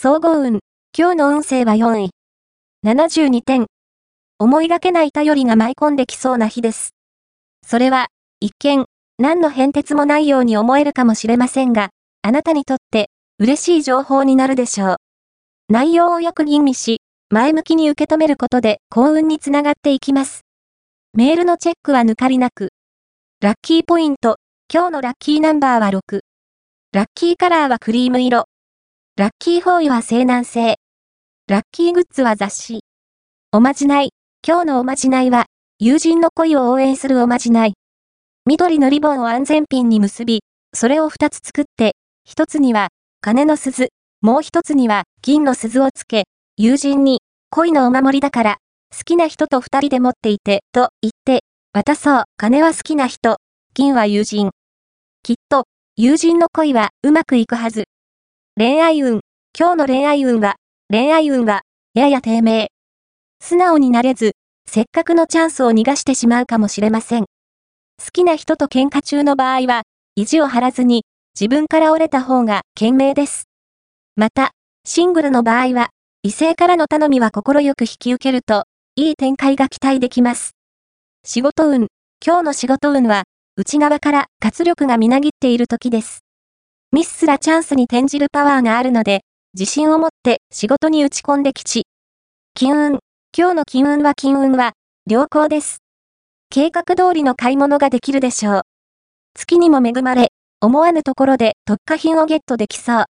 総合運。今日の運勢は4位。72点。思いがけない頼りが舞い込んできそうな日です。それは、一見、何の変哲もないように思えるかもしれませんが、あなたにとって、嬉しい情報になるでしょう。内容をよく吟味し、前向きに受け止めることで幸運につながっていきます。メールのチェックは抜かりなく。ラッキーポイント。今日のラッキーナンバーは6。ラッキーカラーはクリーム色。ラッキーフォーイは西南西。ラッキーグッズは雑誌。おまじない。今日のおまじないは、友人の恋を応援するおまじない。緑のリボンを安全ピンに結び、それを2つ作って、1つには、金の鈴、もう1つには、銀の鈴をつけ、友人に、恋のお守りだから、好きな人と2人で持っていて、と言って、渡そう。金は好きな人、銀は友人。きっと、友人の恋はうまくいくはず。恋愛運。今日の恋愛運は、やや低迷。素直になれず、せっかくのチャンスを逃がしてしまうかもしれません。好きな人と喧嘩中の場合は、意地を張らずに、自分から折れた方が賢明です。また、シングルの場合は、異性からの頼みは心よく引き受けると、いい展開が期待できます。仕事運。今日の仕事運は、内側から活力がみなぎっている時です。ミスすらチャンスに転じるパワーがあるので、自信を持って仕事に打ち込んで吉。金運。今日の金運は、良好です。計画通りの買い物ができるでしょう。月にも恵まれ、思わぬところで特価品をゲットできそう。